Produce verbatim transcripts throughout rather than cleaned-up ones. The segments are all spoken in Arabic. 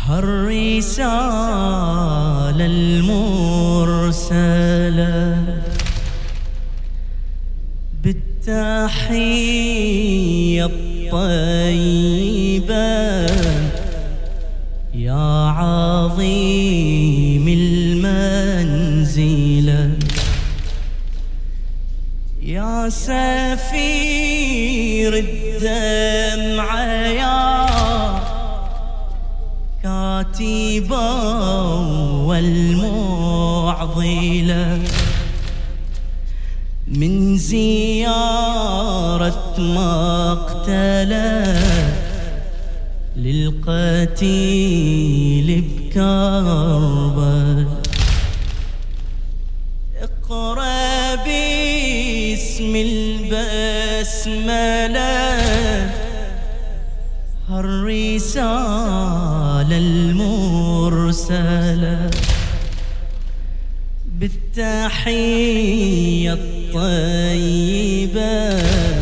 هالرسالة المرسلة بالتحية الطيبة يا عظيم المنزلة يا سفير الدمعة يا كاتبا والمعضلة من زيارة مقتله للقتيل بكربلاء اقرأ باسم البسملة هالرسالة المرسلة بالتحية الطيبة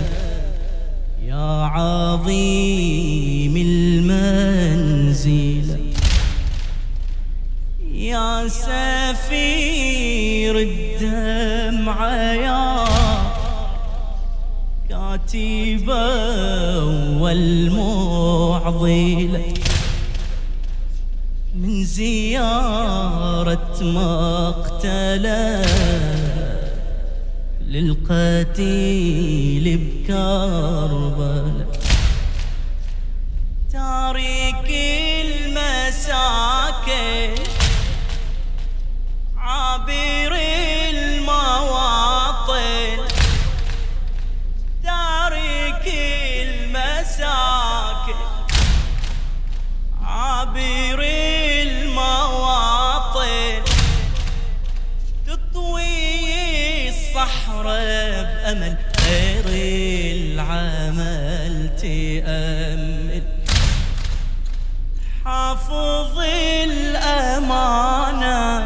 يا عظيم المنزلة يا سفير الدمعة يا كاتبة والمعضلة من زيارة مقتله للقتيل بكربلاء تارك المساكن عابر المواطن تارك المساكن عابر المواطن تطوي الصحراء بأمل خير العمل تأمل حافظ الأمانة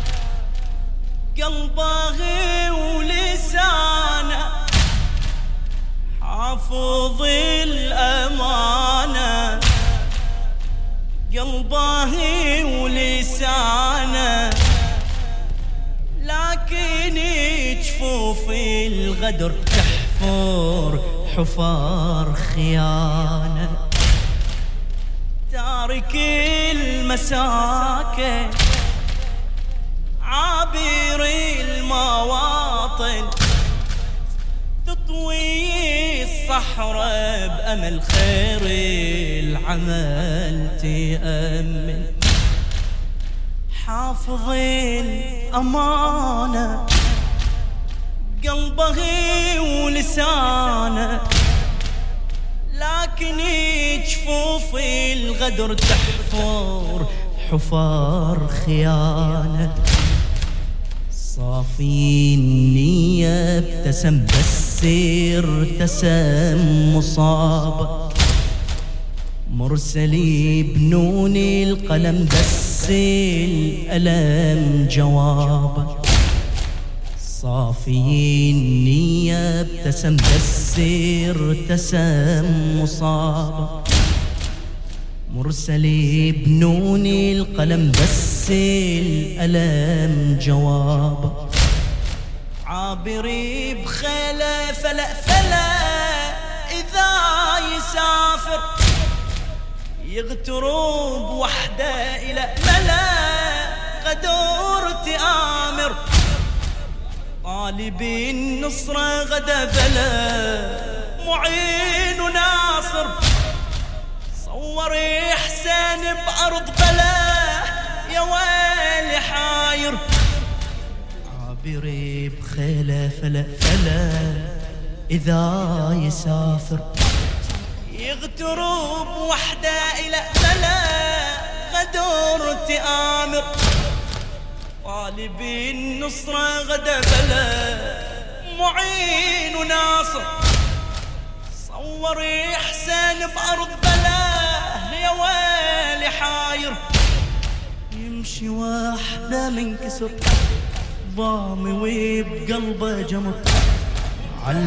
قلبه ولسانه حافظ الأمانة قلبه ولسانه لكن جفوف الغدر تحفر حفار خيانة تارك المساكن عابر المواطن تطوي الصحراء بأمل خير العمل تأمل حافظ الأمانة قلبه ولسانه لكن جفوف الغدر تحفر حفار خيانة صافي النية ابتسم بس ارتسم مصاب مرسلي بنون القلم بس الألم جواب صافي النية ابتسم بس ارتسم مصاب مرسلي بنون القلم بس الألم جواب عابري بخيله فلا فلا إذا يسافر يغترب وحده إلى ملا غدور تآمر طالب النصرة غدا بلا معين وناصر صور حسين بأرض بلا يا ويلي حاير عابري بخيله فلا فلا إذا يسافر يغترب وحده إلى ملا غدور تآمر طالب النصرة غدا بلا معين وناصر صور حسين بأرض بلا يا ويلي حاير يمشي واحدة من كسر ضامي وبقلبه جمر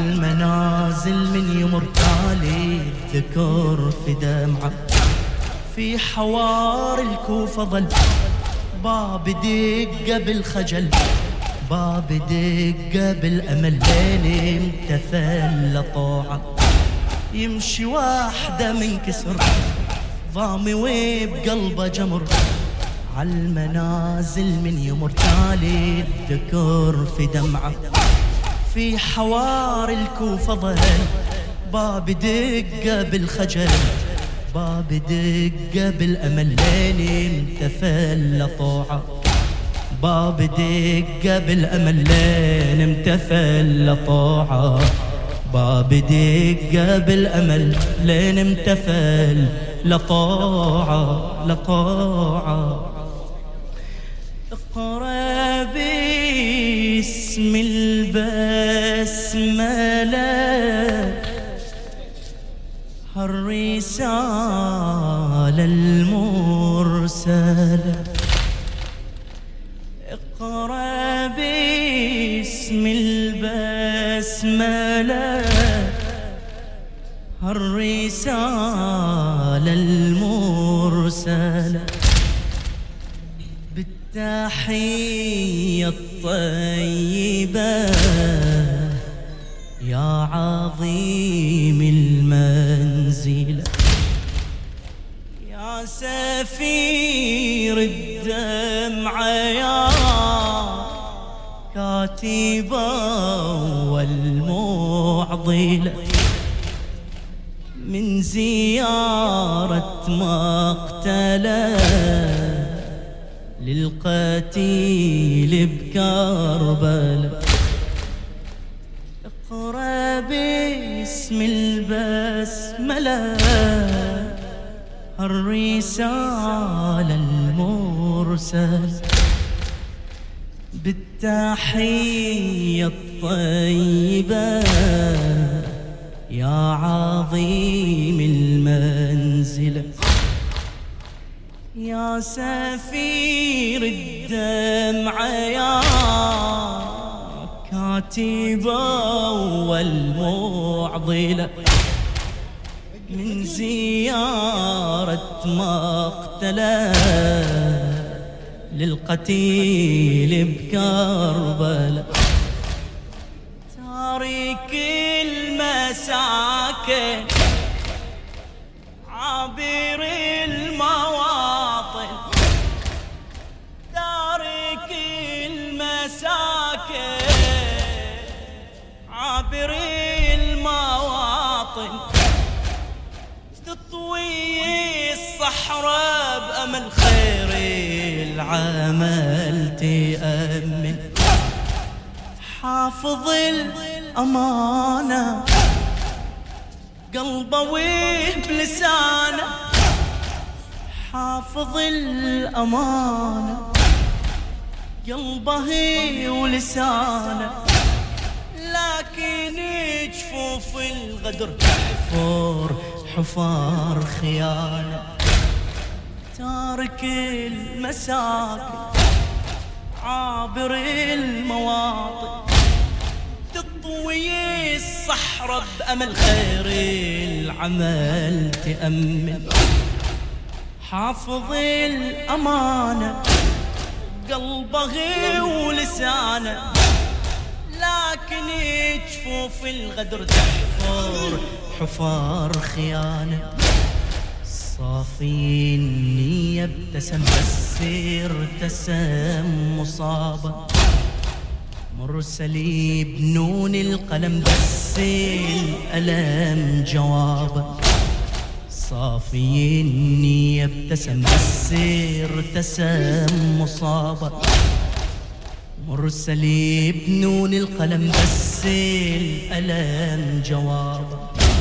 عالمنازل من يمر تالي ذكر في دمعه في حوار الكوفة ظل باب دقة بالخجل، باب دقة بالأمل، لين امتثل لطاعة يمشي واحدة من كسر ضامي وبقلبه جمر، عالمنازل من يمر تالي الذكر في دمعة. في حوار الكوفة ظل باب دقة بالخجل، باب دقة بالأمل، لين امتثل لطاعة، باب دقة بالأمل، لين امتثل لطاعة، باب دقة بالأمل، لين امتثل لطاعة لطاعة. اقرأ باسم البسملة الرسالة المرسلة، اقرأ باسم البسملة الرسالة المرسلة، بالتحية الطيبة يا عظيم المنزلة، يا سفير الدمعة، يا كاتبة والمعضلة، من زيارة مقتله للقتيل بكربلاء، اقرأ باسم البسملة الرسالة المرسلة، بالتحية الطيبة يا عظيم المنزلة، يا سفير الدمعة، يا كاتبة والمعضلة، من زيارة مقتله للقتيل بكربلاء، تارك المساكن عابر المواطن، تارك المساكن عابر المواطن، تطوي الصحراء بأمل خير العمل تأمن، حافظ الأمانة قلبه وبلسانه، حافظ الأمانة قلبه ولسانه، لكن جفوف الغدر تحفر حفار خيانة، تارك المساكن عابر المواطن، تطوي الصحراء بأمل خير العمل تأمن، حافظ الأمانة قلبه ولسانه، لكن جفوف الغدر تحفر حفار خيانة، صافي النية ابتسم بس ارتسم مصابة، مرسلي بنون القلم بس الألم جوابه، صافي النية ابتسم بس ارتسم مصابة، مرسلي بنون القلم بس الألم جوابه،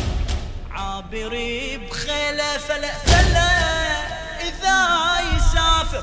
عابري بخيله فلا فلا إذا يسافر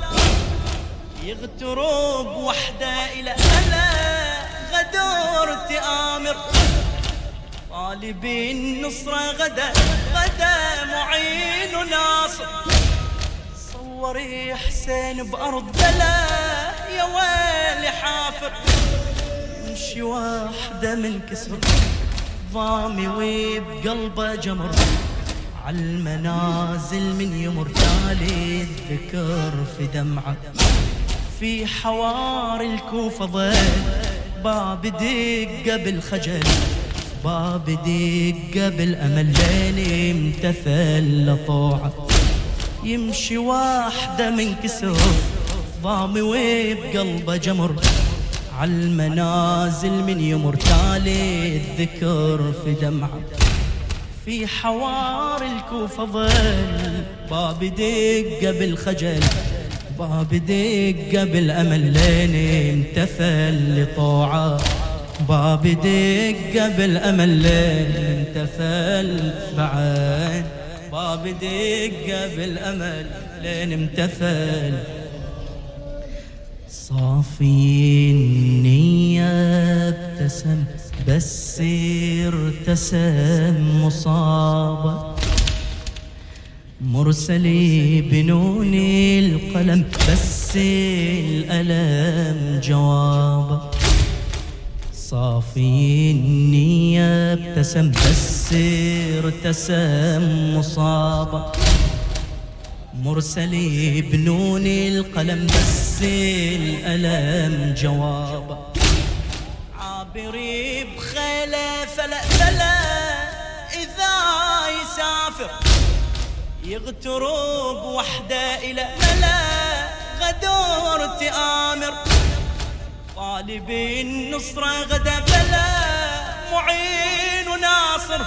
يغترب وحده إلى ألا غدر تآمر، طالب النصرة غدا غدا معين وناصر، صوري حسين بأرض بلا يا ويلي حافر، يمشي واحدة من كسر ضامي وبقلبه جمر، عالمنازل من يمر تالي الذكر في دمعة. في حوار الكوفة ظل باب دقة بالخجل، باب دقة بالأمل لين امتثل لطوعة. يمشي واحدة من كسر ضامي وبقلبه جمر، عالمنازل من يمر تالي الذكر في دمعة. في حوار الكوفة ظل باب دقة بالخجل، باب دقة بالأمل لين امتثل لطوعة. باب دقة بالأمل لين امتثل بعد، باب دقة بالأمل لين امتثل. صافي النية ابتسم بس ارتسم مصابة، مرسلي بنون القلم بس الألم جوابه. صافي النية ابتسم بس ارتسم مصابة، مرسلي بنون القلم بس الألم جوابه. عابري بخيله فلا فلا إذا يسافر، يغترب وحده إلى ملا غدور تآمر. طالب النصرة غدا بلا معين وناصر،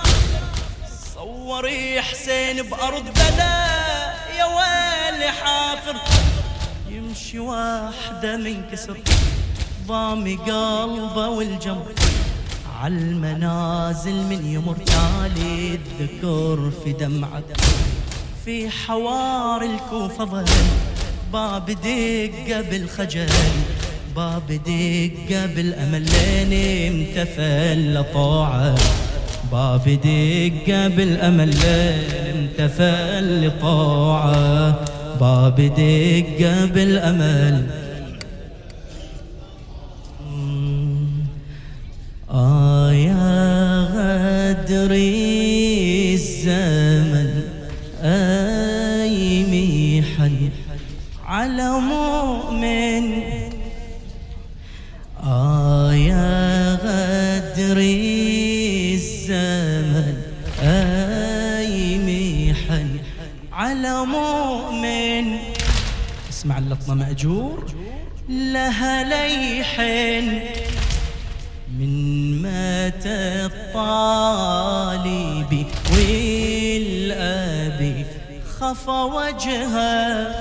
صوري حسين بأرض بلا يا ويلي حافر. يمشي واحدة من كسر ضامي قلبه والجمر، عالمنازل من يمر تالي الذكر في دمعة. في حوار الكوفة ظل باب دقة بالخجل، باب دقة بالأمل لين امتثل لطوعة. باب دقة بالأمل لين امتثل لطوعة، باب دقة بالأمل. آه يا غدري الزمن أي محن على مؤمن. آه يا غدري الزمن أي محن على مؤمن. اسمع اللطمة مأجور لها ليحن، من مات الطالب والأبي خفى وجهه،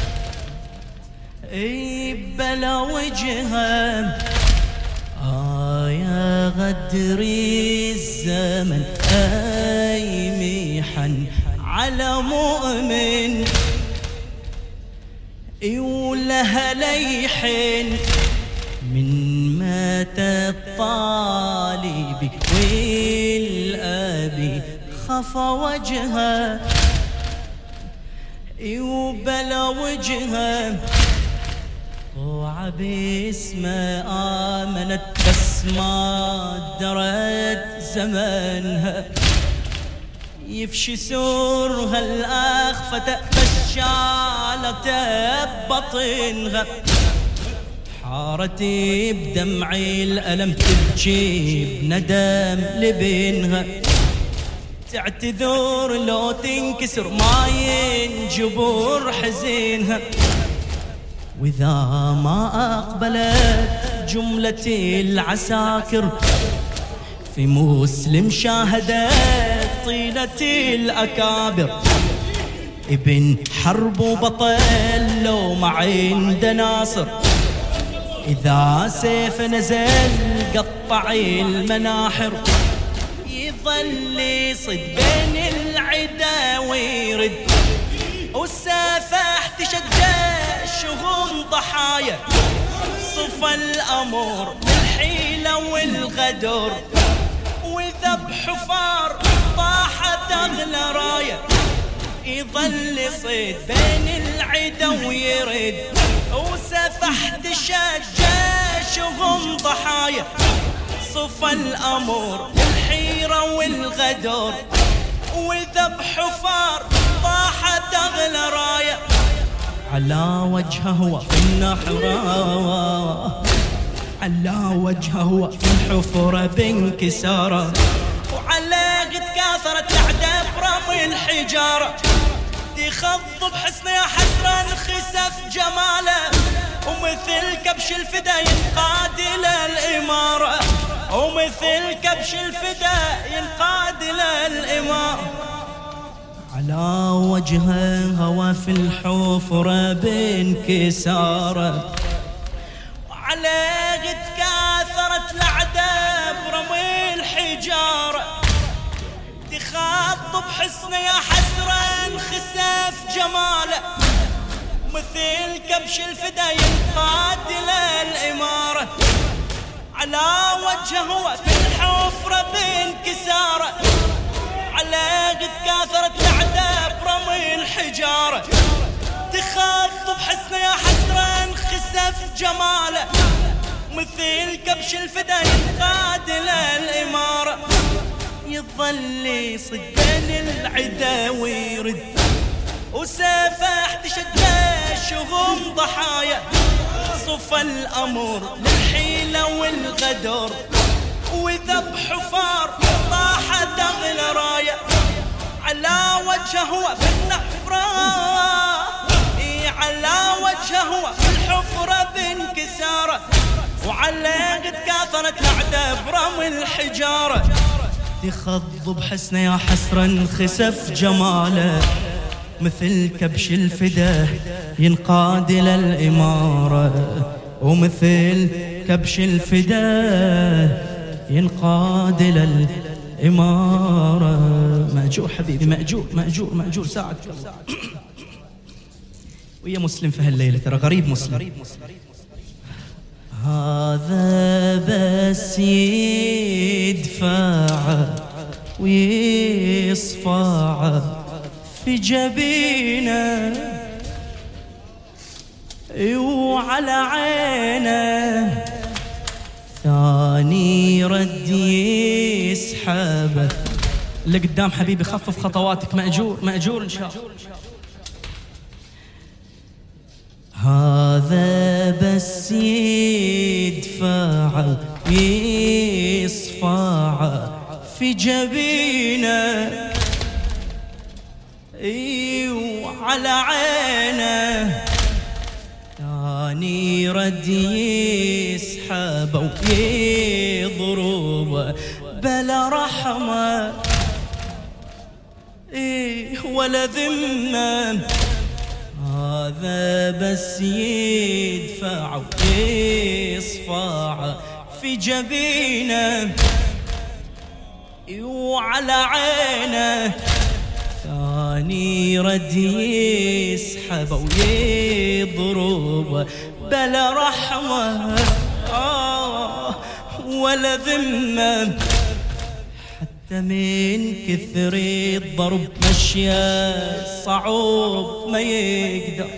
اي بلا وجهه. آه يا غدري الزمن اي محن على مؤمن، اي ولها ليحن، من مات الطالب والأبي خفى وجهه، وبلا وجهه. طوعة باسمه آمنت بس ما درت زمنها، يفشي سورها الأخفة بس شالته ببطنها. حارتي بدمعي الألم تبكي بندم لبنها، تعتذر لو تنكسر ما ينجبر حزينها. وإذا ما أقبلت جملة العساكر في مسلم شاهدت طيلة الأكابر، ابن حرب وبطل لو ما عنده ناصر. إذا سيف نزل قطع المناحر، يظل يصد بين العدا ويرد، والسفاح تشجع شهم ضحايا. صفى الأمور بالحيلة والغدر، وذبح فار طاحت أغلى راية. يظل يصيد بين العدا ويرد، وسفح تشجع شهم ضحايا. صفى الأمور بالحيرة والغدر، وذبح حفار طاحت أغلى راية على وجهه في النحرة، على وجهه في الحفرة بانكسارة، وعلى قد كاثرت الأعداء برمي الحجارة، يخض بحسن يا حسرا خسف جماله، ومثل كبش الفدا ينقاد إلى الإمارة، ومثل كبش الفدا ينقاد إلى الإمارة، على وجهه هوى في الحفرة بانكسارة، وعلى قد كاثرت الأعداء برمي الحجارة، تخاط بحسن يا حسرا خسف جماله، مثل كبش الفدا ينقاد إلى الإمارة، على وجهه في الحفرة بانكسارة، على قد كاثرت الأعداء برمي الحجارة، تخاط بحسن يا حسرا خسف جماله، مثل كبش الفدا ينقاد إلى الإمارة، يظل يصد بين العدا ويرد، وسافح تشد شغم ضحايا، صفى الأمر للحيلة والغدر، وذبح حفار طاحت أغلى راية على وجهه في النحرة، على وجهه في الحفرة بانكسارة، وعلى قد كاثرت الأعداء برمي الحجارة، يخض بحسن يا حسرا خسف جماله، مثل كبش الفدا ينقاد إلى الإمارة، ومثل كبش الفدا ينقاد إلى الإمارة. مأجور حبيبي، مأجور مأجور مأجور ساعد ويا مسلم في هالليلة، ترى غريب مسلم. هذا بس يدفع ويصفع في جبينه، وعلى عينه ثاني رد يسحبه. اللي قدام حبيبي خفف خطواتك، مأجور مأجور إن شاء الله. هذا بس يدفع ويصفع في جبينه، وعلى عينه ثاني رد يسحب ويضرب بلا رحمة ولا ذمة. هذا بس يدفع ويصفع في جبينه، وعلى عينه ثاني رد يسحب ويضرب بلا رحمة ولا ذمة. حتى من كثر الضرب مشيا صعوب ما يقدر،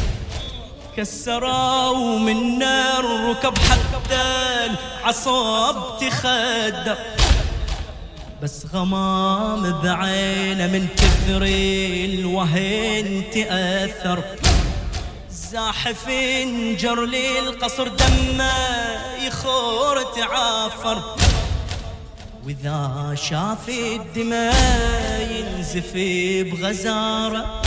كسروا من الركب حتى العصب تخدر، بس غمام بعينه من كثر الوهن تأثر، زاحف انجر للقصر دمه يخور تعافر، وإذا شاف الدماء ينزف بغزارة،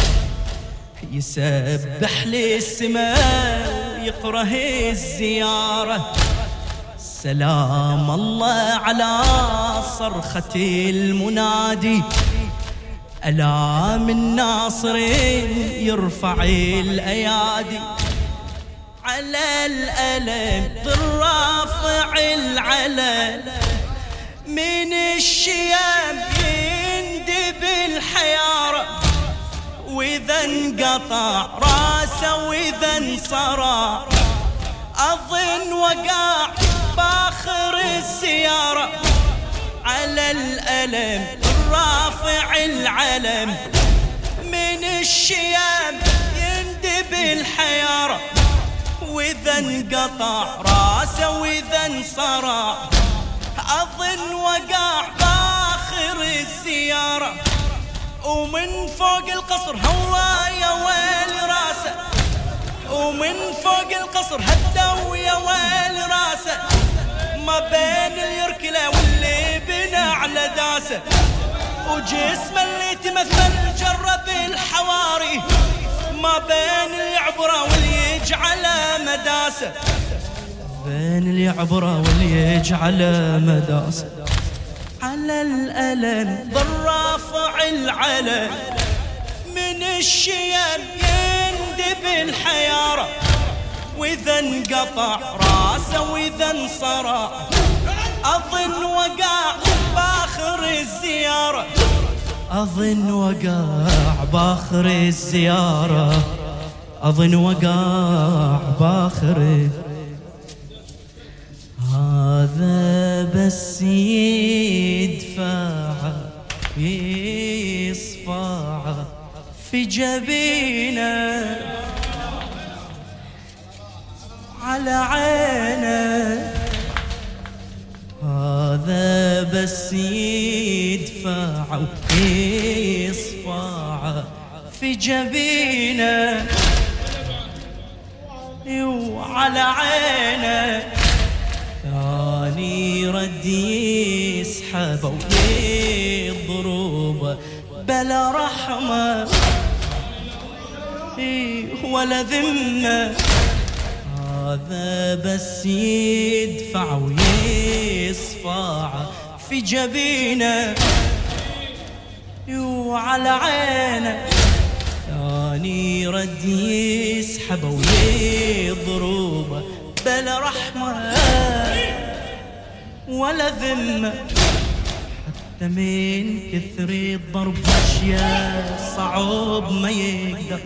يسبح للسماء ويقره الزيارة. سلام الله على صرخة المنادي، ألا من ناصر يرفع الأيادي، على الألم بالرافع العلن، من الشيام يندب الحيارة، وإذا انقطع راسه وإذا انصرع، أظن وقع باخر السيارة، على الألم الرافع العلم، من الشيام يندب الحيارة، وإذا انقطع راسه وإذا انصرع، أظن وقع باخر السيارة، ومن فوق القصر هوا يا ويل راسه، ومن فوق القصر هدوا يا ويل راسه، ما بين اليركله واللي بنى على داسه، وجسمه اللي تمثل جرب الحواري، ما بين اليعبره واللي يجعله مداسه، بين اليعبره واللي يجعله مداسه. على الألم بالرافع العلم من الشيم يندب الحيارة، وإذا انقطع راسه وإذا انصرع أظن وقع باخر الزيارة، أظن وقع باخر الزيارة، أظن وقع باخر. هذا بس يدفع يصفع في جبينه على عينه، هذا بس يدفع يصفع في جبينه وعلى عينه، ثاني رد يسحب ويضرب بلا رحمة ولا ذمة، هذا بس يدفع ويصفع في جبينه وعلى عينه، ثاني رد يسحب ويضرب بلا رحمة ولا ذمة، حتى من كثر الضرب مشيا صعب ما يقدر،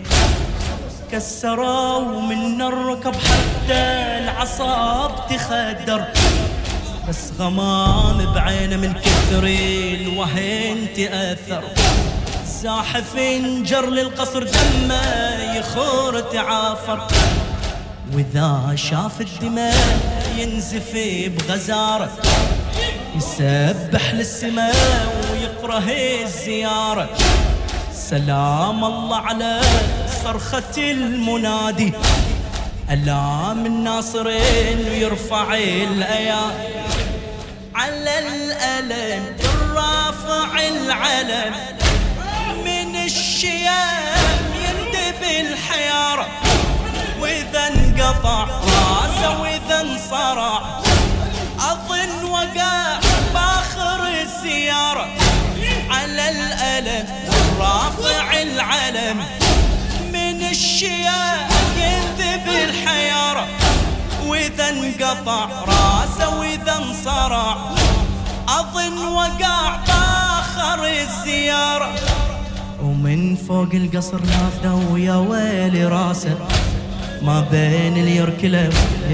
كسروا من الركب حتى العصاب تخدر، بس غمام بعينه من كثر الوهن تأثر، زاحف انجر للقصر دمه يخور تعافر، وإذا شاف الدماء ينزف بغزارة، يسبح للسماء ويقره الزيارة، سلام الله على صرخة المنادي، ألام الناصرين ويرفع الأيام، على الألم الرافع العلم من الشيام يندب الحيارة، وإذا انقطع راسه وإذا انصرع أظن وقع باخر الزيارة، على الألم رافع العلم من الشيام ينذب الحيارة، وإذا انقطع راسه وإذا انصرع أظن وقع باخر الزيارة. ومن فوق القصر نافذة ويا ويلي راسه، ما بين اليركله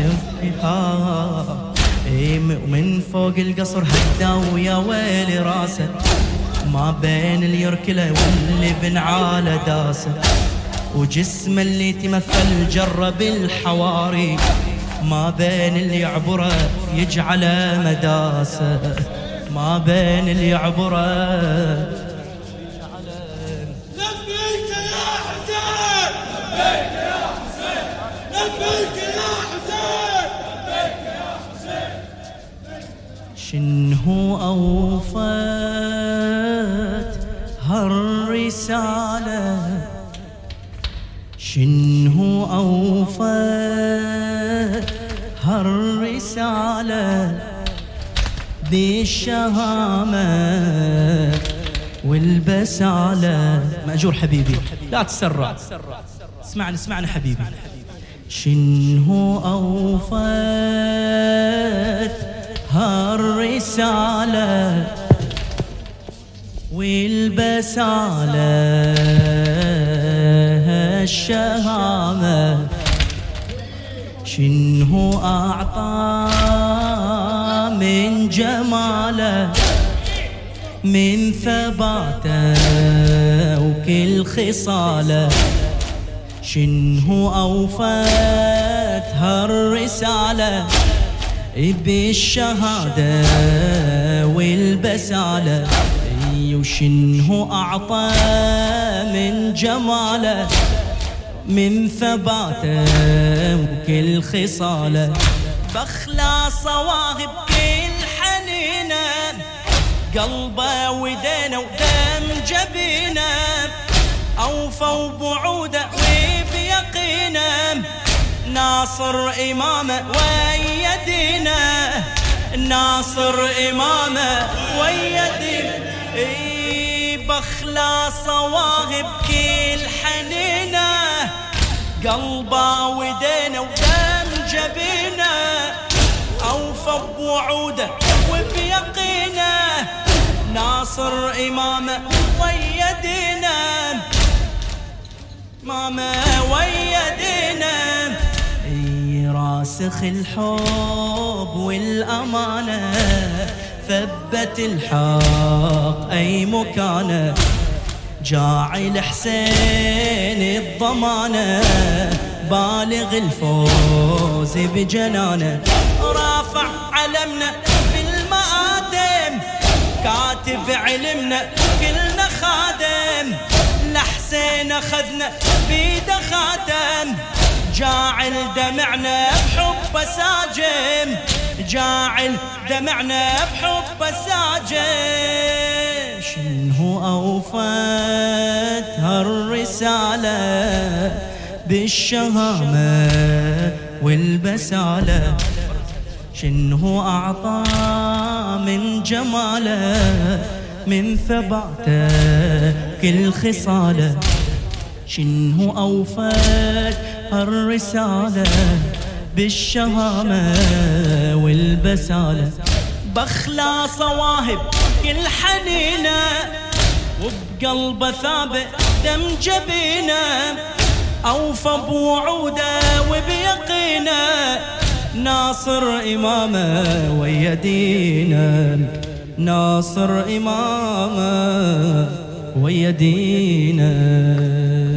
ومن فوق القصر هدا ويا ويلي راسه، ما بين اليركله واللي بنعاله داسه، وجسمه اللي تمثل جرب الحواري، ما بين اللي يعبره يجعله مداسه، ما بين اللي يعبره. لبيك يا حسين، لبيك يا حسين، لبيك يا حسين، لبيك يا حسين. شنو أوفت هالرسالة، شنو أوفت هالرسالة بالشهامة والبسالة. مأجور حبيبي لا تسرع، اسمعني اسمعني حبيبي. شنو أوفت هالرسالة والبسالة الشهامة، شنو أعطى من جماله من ثباته وكل خصاله، شنو أوفت هالرسالة بالشهادة والبسالة وشنه أعطى من جماله من ثباته وكل خصاله بخلا صواهب كل حنينه قلبه ودينه ودم جبينه أوفى بوعوده وبيقينه ناصر إمامه ويا دينه ناصر إمامه ويا دينه اي بخلا صواهب كل حنينه قلبه ودينه ودم جبينه أوفى بوعوده وبيقينه ناصر إمامه ويا دينه إمامه ويا دينه اي راسخ الحب والأمانة ثبت الحق أي مكانه جاعل حسين الضمانة بالغ الفوز بجنانه رافع علمنا بالمآدم كاتب علمنا كلنا خادم لحسين أخذنا بيده خاتم جاعل دمعنا بحب ساجم جاعل دمعنا بحب ساجم شنو أوفت هالرسالة بالشهامة والبسالة شنو أعطى من جماله من ثباته كل خصاله شنو أوفت هالرسالة بالشهامة والبسالة بخلا صواهب كل حنينة وبقلبه ثابت دم جبينه أوفى بوعوده وبيقينه ناصر إمامه ويا دينه ناصر إمامه ويا دينه